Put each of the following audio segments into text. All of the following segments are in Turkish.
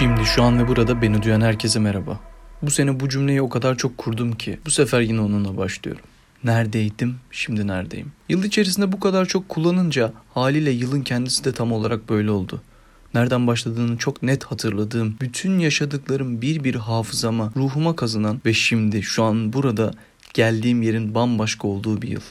Şimdi şu an ve burada beni duyan herkese merhaba. Bu sene bu cümleyi o kadar çok kurdum ki bu sefer yine onunla başlıyorum. Neredeydim, şimdi neredeyim? Yıl içerisinde bu kadar çok kullanınca haliyle yılın kendisi de tam olarak böyle oldu. Nereden başladığını çok net hatırladığım, bütün yaşadıklarım bir bir hafızama, ruhuma kazınan ve şimdi şu an burada geldiğim yerin bambaşka olduğu bir yıl.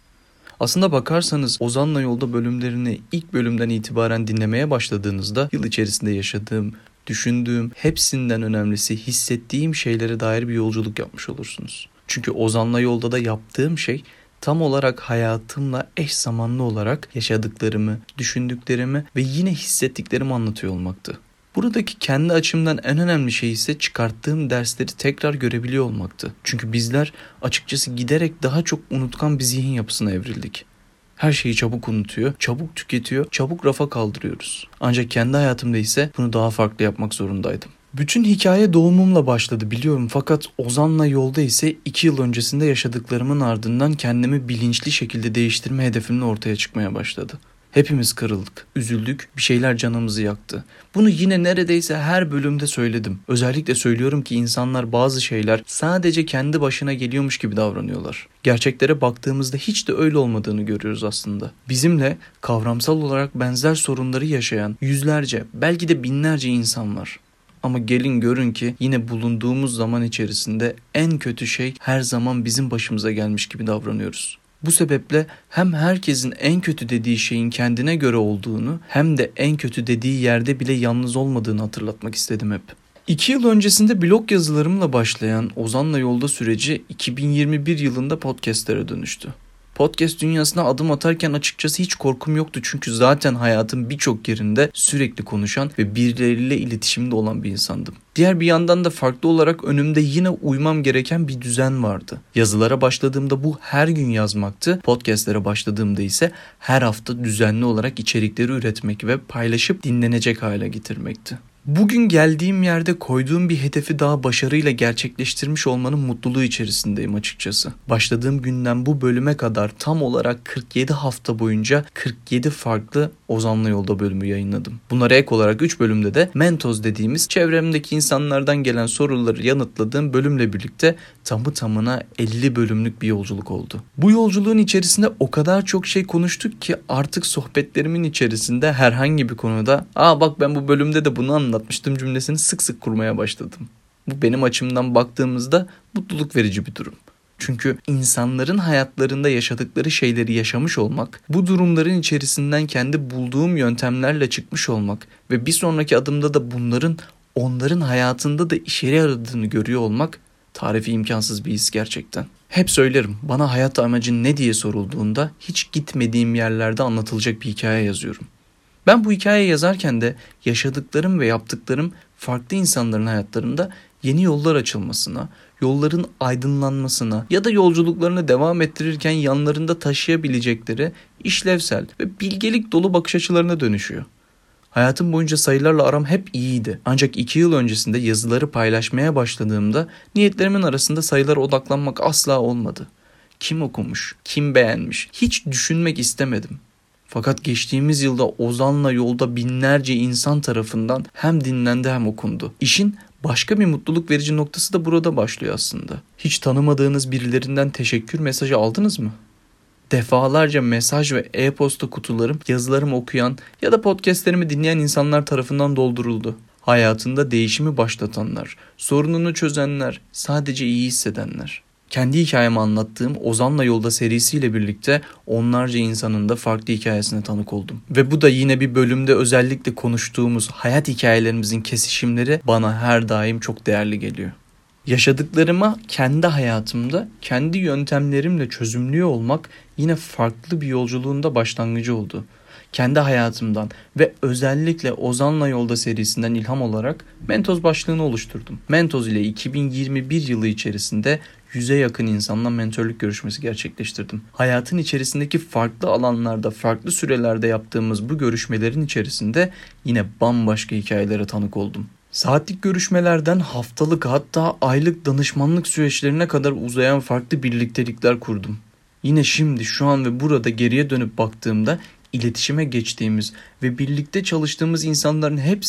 Aslında bakarsanız Ozan'la Yolda bölümlerini ilk bölümden itibaren dinlemeye başladığınızda yıl içerisinde yaşadığım, düşündüğüm, hepsinden önemlisi hissettiğim şeylere dair bir yolculuk yapmış olursunuz. Çünkü Ozan'la Yolda da yaptığım şey tam olarak hayatımla eş zamanlı olarak yaşadıklarımı, düşündüklerimi ve yine hissettiklerimi anlatıyor olmaktı. Buradaki kendi açımdan en önemli şey ise çıkarttığım dersleri tekrar görebiliyor olmaktı. Çünkü bizler açıkçası giderek daha çok unutkan bir zihin yapısına evrildik. Her şeyi çabuk unutuyor, çabuk tüketiyor, çabuk rafa kaldırıyoruz. Ancak kendi hayatımda ise bunu daha farklı yapmak zorundaydım. Bütün hikaye doğumumla başladı biliyorum, fakat Ozan'la Yolda ise 2 yıl öncesinde yaşadıklarımın ardından kendimi bilinçli şekilde değiştirme hedefimle ortaya çıkmaya başladı. Hepimiz kırıldık, üzüldük, bir şeyler canımızı yaktı. Bunu yine neredeyse her bölümde söyledim. Özellikle söylüyorum ki insanlar bazı şeyler sadece kendi başına geliyormuş gibi davranıyorlar. Gerçeklere baktığımızda hiç de öyle olmadığını görüyoruz aslında. Bizimle kavramsal olarak benzer sorunları yaşayan yüzlerce, belki de binlerce insan var. Ama gelin görün ki yine bulunduğumuz zaman içerisinde en kötü şey her zaman bizim başımıza gelmiş gibi davranıyoruz. Bu sebeple hem herkesin en kötü dediği şeyin kendine göre olduğunu hem de en kötü dediği yerde bile yalnız olmadığını hatırlatmak istedim hep. 2 yıl öncesinde blog yazılarımla başlayan Ozan'la Yolda süreci 2021 yılında podcastlere dönüştü. Podcast dünyasına adım atarken açıkçası hiç korkum yoktu, çünkü zaten hayatın birçok yerinde sürekli konuşan ve birileriyle iletişimde olan bir insandım. Diğer bir yandan da farklı olarak önümde yine uymam gereken bir düzen vardı. Yazılara başladığımda bu her gün yazmaktı, podcastlere başladığımda ise her hafta düzenli olarak içerikleri üretmek ve paylaşıp dinlenecek hale getirmekti. Bugün geldiğim yerde koyduğum bir hedefi daha başarıyla gerçekleştirmiş olmanın mutluluğu içerisindeyim açıkçası. Başladığım günden bu bölüme kadar tam olarak 47 hafta boyunca 47 farklı Ozan'la Yolda bölümü yayınladım. Bunlara ek olarak 3 bölümde de Mentos dediğimiz çevremdeki insanlardan gelen soruları yanıtladığım bölümle birlikte tamı tamına 50 bölümlük bir yolculuk oldu. Bu yolculuğun içerisinde o kadar çok şey konuştuk ki artık sohbetlerimin içerisinde herhangi bir konuda bak ben bu bölümde de bunu anlatmıştım cümlesini sık sık kurmaya başladım. Bu benim açımdan baktığımızda mutluluk verici bir durum. Çünkü insanların hayatlarında yaşadıkları şeyleri yaşamış olmak, bu durumların içerisinden kendi bulduğum yöntemlerle çıkmış olmak ve bir sonraki adımda da bunların onların hayatında da işe yaradığını görüyor olmak tarifi imkansız bir his gerçekten. Hep söylerim, bana hayat amacın ne diye sorulduğunda hiç gitmediğim yerlerde anlatılacak bir hikaye yazıyorum. Ben bu hikayeyi yazarken de yaşadıklarım ve yaptıklarım farklı insanların hayatlarında yeni yollar açılmasına, yolların aydınlanmasına ya da yolculuklarını devam ettirirken yanlarında taşıyabilecekleri işlevsel ve bilgelik dolu bakış açılarına dönüşüyor. Hayatım boyunca sayılarla aram hep iyiydi. Ancak 2 yıl öncesinde yazıları paylaşmaya başladığımda niyetlerimin arasında sayılara odaklanmak asla olmadı. Kim okumuş, kim beğenmiş hiç düşünmek istemedim. Fakat geçtiğimiz yılda Ozan'la Yolda binlerce insan tarafından hem dinlendi hem okundu. İşin başka bir mutluluk verici noktası da burada başlıyor aslında. Hiç tanımadığınız birilerinden teşekkür mesajı aldınız mı? Defalarca mesaj ve e-posta kutularım yazılarımı okuyan ya da podcastlerimi dinleyen insanlar tarafından dolduruldu. Hayatında değişimi başlatanlar, sorununu çözenler, sadece iyi hissedenler. Kendi hikayemi anlattığım Ozan'la Yolda serisiyle birlikte onlarca insanın da farklı hikayesine tanık oldum. Ve bu da yine bir bölümde özellikle konuştuğumuz hayat hikayelerimizin kesişimleri bana her daim çok değerli geliyor. Yaşadıklarıma kendi hayatımda, kendi yöntemlerimle çözümlüyor olmak yine farklı bir yolculuğun da başlangıcı oldu. Kendi hayatımdan ve özellikle Ozan'la Yolda serisinden ilham olarak Mentos başlığını oluşturdum. Mentos ile 2021 yılı içerisinde 100'e yakın insanla mentörlük görüşmesi gerçekleştirdim. Hayatın içerisindeki farklı alanlarda, farklı sürelerde yaptığımız bu görüşmelerin içerisinde yine bambaşka hikayelere tanık oldum. Saatlik görüşmelerden haftalık, hatta aylık danışmanlık süreçlerine kadar uzayan farklı birliktelikler kurdum. Yine şimdi, şu an ve burada geriye dönüp baktığımda iletişime geçtiğimiz ve birlikte çalıştığımız insanların hepsi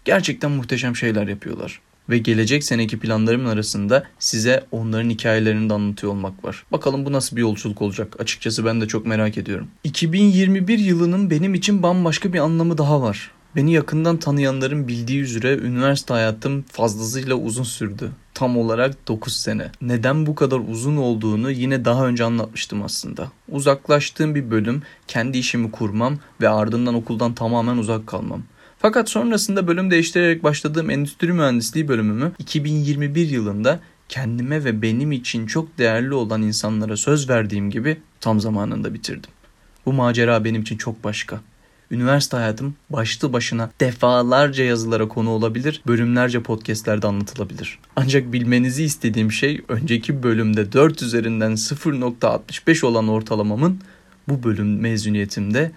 Gerçekten muhteşem şeyler yapıyorlar. Ve gelecek seneki planlarımın arasında size onların hikayelerini de anlatıyor olmak var. Bakalım bu nasıl bir yolculuk olacak? Açıkçası ben de çok merak ediyorum. 2021 yılının benim için bambaşka bir anlamı daha var. Beni yakından tanıyanların bildiği üzere üniversite hayatım fazlasıyla uzun sürdü. Tam olarak 9 sene. Neden bu kadar uzun olduğunu yine daha önce anlatmıştım aslında. Uzaklaştığım bir bölüm, kendi işimi kurmam ve ardından okuldan tamamen uzak kalmam. Fakat sonrasında bölüm değiştirerek başladığım endüstri mühendisliği bölümümü 2021 yılında kendime ve benim için çok değerli olan insanlara söz verdiğim gibi tam zamanında bitirdim. Bu macera benim için çok başka. Üniversite hayatım başlı başına defalarca yazılara konu olabilir, bölümlerce podcastlerde anlatılabilir. Ancak bilmenizi istediğim şey önceki bölümde 4 üzerinden 0.65 olan ortalamamın bu bölüm mezuniyetimde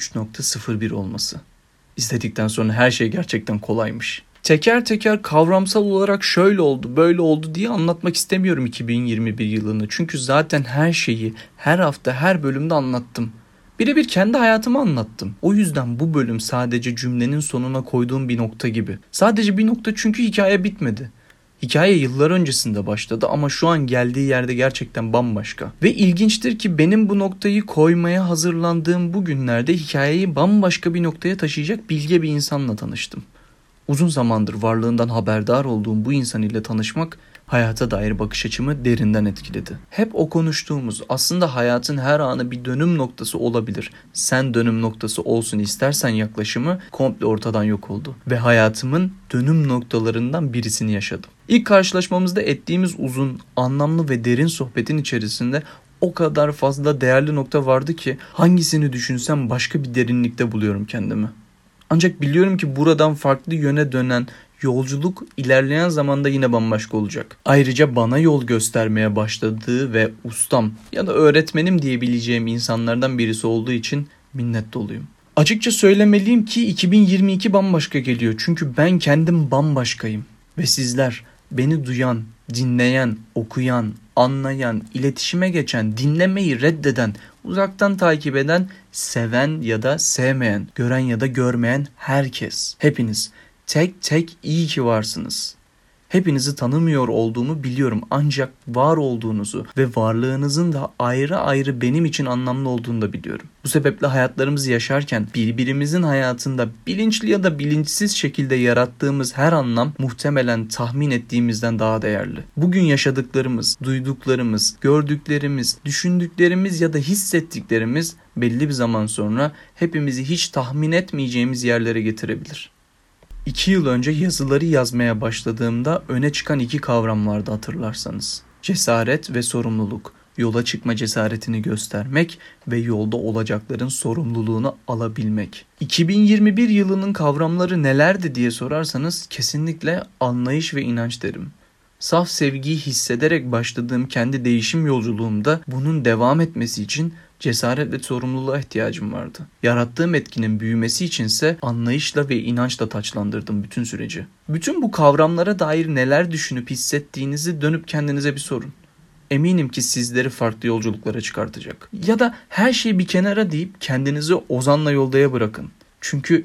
3.01 olması. İzledikten sonra her şey gerçekten kolaymış. Teker teker kavramsal olarak şöyle oldu, böyle oldu diye anlatmak istemiyorum 2021 yılını. Çünkü zaten her şeyi her hafta, her bölümde anlattım. Birebir kendi hayatımı anlattım. O yüzden bu bölüm sadece cümlenin sonuna koyduğum bir nokta gibi. Sadece bir nokta çünkü hikaye bitmedi. Hikaye yıllar öncesinde başladı ama şu an geldiği yerde gerçekten bambaşka. Ve ilginçtir ki benim bu noktayı koymaya hazırlandığım bu günlerde hikayeyi bambaşka bir noktaya taşıyacak bilge bir insanla tanıştım. Uzun zamandır varlığından haberdar olduğum bu insan ile tanışmak hayata dair bakış açımı derinden etkiledi. Hep o konuştuğumuz aslında hayatın her anı bir dönüm noktası olabilir. Sen dönüm noktası olsun istersen yaklaşımı komple ortadan yok oldu. Ve hayatımın dönüm noktalarından birisini yaşadım. İlk karşılaşmamızda ettiğimiz uzun, anlamlı ve derin sohbetin içerisinde o kadar fazla değerli nokta vardı ki hangisini düşünsem başka bir derinlikte buluyorum kendimi. Ancak biliyorum ki buradan farklı yöne dönen yolculuk ilerleyen zamanda yine bambaşka olacak. Ayrıca bana yol göstermeye başladığı ve ustam ya da öğretmenim diyebileceğim insanlardan birisi olduğu için minnet doluyum. Açıkça söylemeliyim ki 2022 bambaşka geliyor. Çünkü ben kendim bambaşkayım. Ve sizler beni duyan, dinleyen, okuyan, anlayan, iletişime geçen, dinlemeyi reddeden, uzaktan takip eden, seven ya da sevmeyen, gören ya da görmeyen herkes. Hepiniz tek tek iyi ki varsınız. Hepinizi tanımıyor olduğumu biliyorum ancak var olduğunuzu ve varlığınızın da ayrı ayrı benim için anlamlı olduğunu da biliyorum. Bu sebeple hayatlarımızı yaşarken birbirimizin hayatında bilinçli ya da bilinçsiz şekilde yarattığımız her anlam muhtemelen tahmin ettiğimizden daha değerli. Bugün yaşadıklarımız, duyduklarımız, gördüklerimiz, düşündüklerimiz ya da hissettiklerimiz belli bir zaman sonra hepimizi hiç tahmin etmeyeceğimiz yerlere getirebilir. 2 yıl önce yazıları yazmaya başladığımda öne çıkan 2 kavram vardı hatırlarsanız. Cesaret ve sorumluluk. Yola çıkma cesaretini göstermek ve yolda olacakların sorumluluğunu alabilmek. 2021 yılının kavramları nelerdi diye sorarsanız kesinlikle anlayış ve inanç derim. Saf sevgiyi hissederek başladığım kendi değişim yolculuğumda bunun devam etmesi için cesaret ve sorumluluğa ihtiyacım vardı. Yarattığım etkinin büyümesi içinse anlayışla ve inançla taçlandırdım bütün süreci. Bütün bu kavramlara dair neler düşünüp hissettiğinizi dönüp kendinize bir sorun. Eminim ki sizleri farklı yolculuklara çıkartacak. Ya da her şeyi bir kenara deyip kendinizi Ozan'la yoldaya bırakın. Çünkü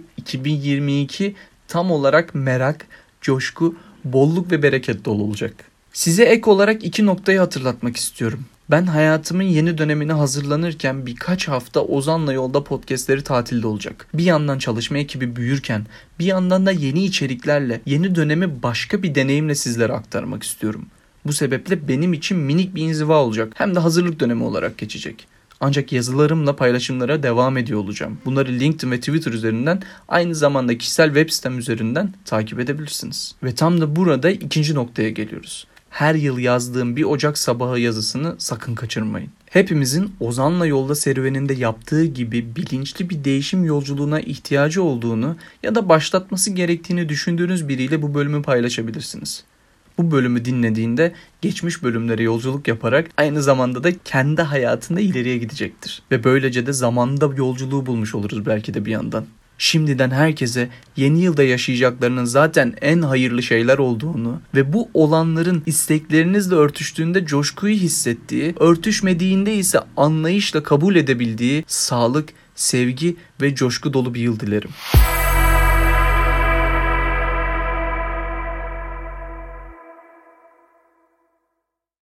2022 tam olarak merak, coşku, bolluk ve bereket dolu olacak. Size ek olarak 2 noktayı hatırlatmak istiyorum. Ben hayatımın yeni dönemine hazırlanırken birkaç hafta Ozan'la Yolda podcastleri tatilde olacak. Bir yandan çalışma ekibi büyürken bir yandan da yeni içeriklerle yeni dönemi başka bir deneyimle sizlere aktarmak istiyorum. Bu sebeple benim için minik bir inziva olacak. Hem de hazırlık dönemi olarak geçecek. Ancak yazılarımla paylaşımlara devam ediyor olacağım. Bunları LinkedIn ve Twitter üzerinden aynı zamanda kişisel web sitem üzerinden takip edebilirsiniz. Ve tam da burada ikinci noktaya geliyoruz. Her yıl yazdığım bir Ocak sabahı yazısını sakın kaçırmayın. Hepimizin Ozan'la Yolda serüveninde yaptığı gibi bilinçli bir değişim yolculuğuna ihtiyacı olduğunu ya da başlatması gerektiğini düşündüğünüz biriyle bu bölümü paylaşabilirsiniz. Bu bölümü dinlediğinde geçmiş bölümlere yolculuk yaparak aynı zamanda da kendi hayatında ileriye gidecektir. Ve böylece de zamanda yolculuğu bulmuş oluruz belki de bir yandan. Şimdiden herkese yeni yılda yaşayacaklarının zaten en hayırlı şeyler olduğunu ve bu olanların isteklerinizle örtüştüğünde coşkuyu hissettiği, örtüşmediğinde ise anlayışla kabul edebildiği sağlık, sevgi ve coşku dolu bir yıl dilerim.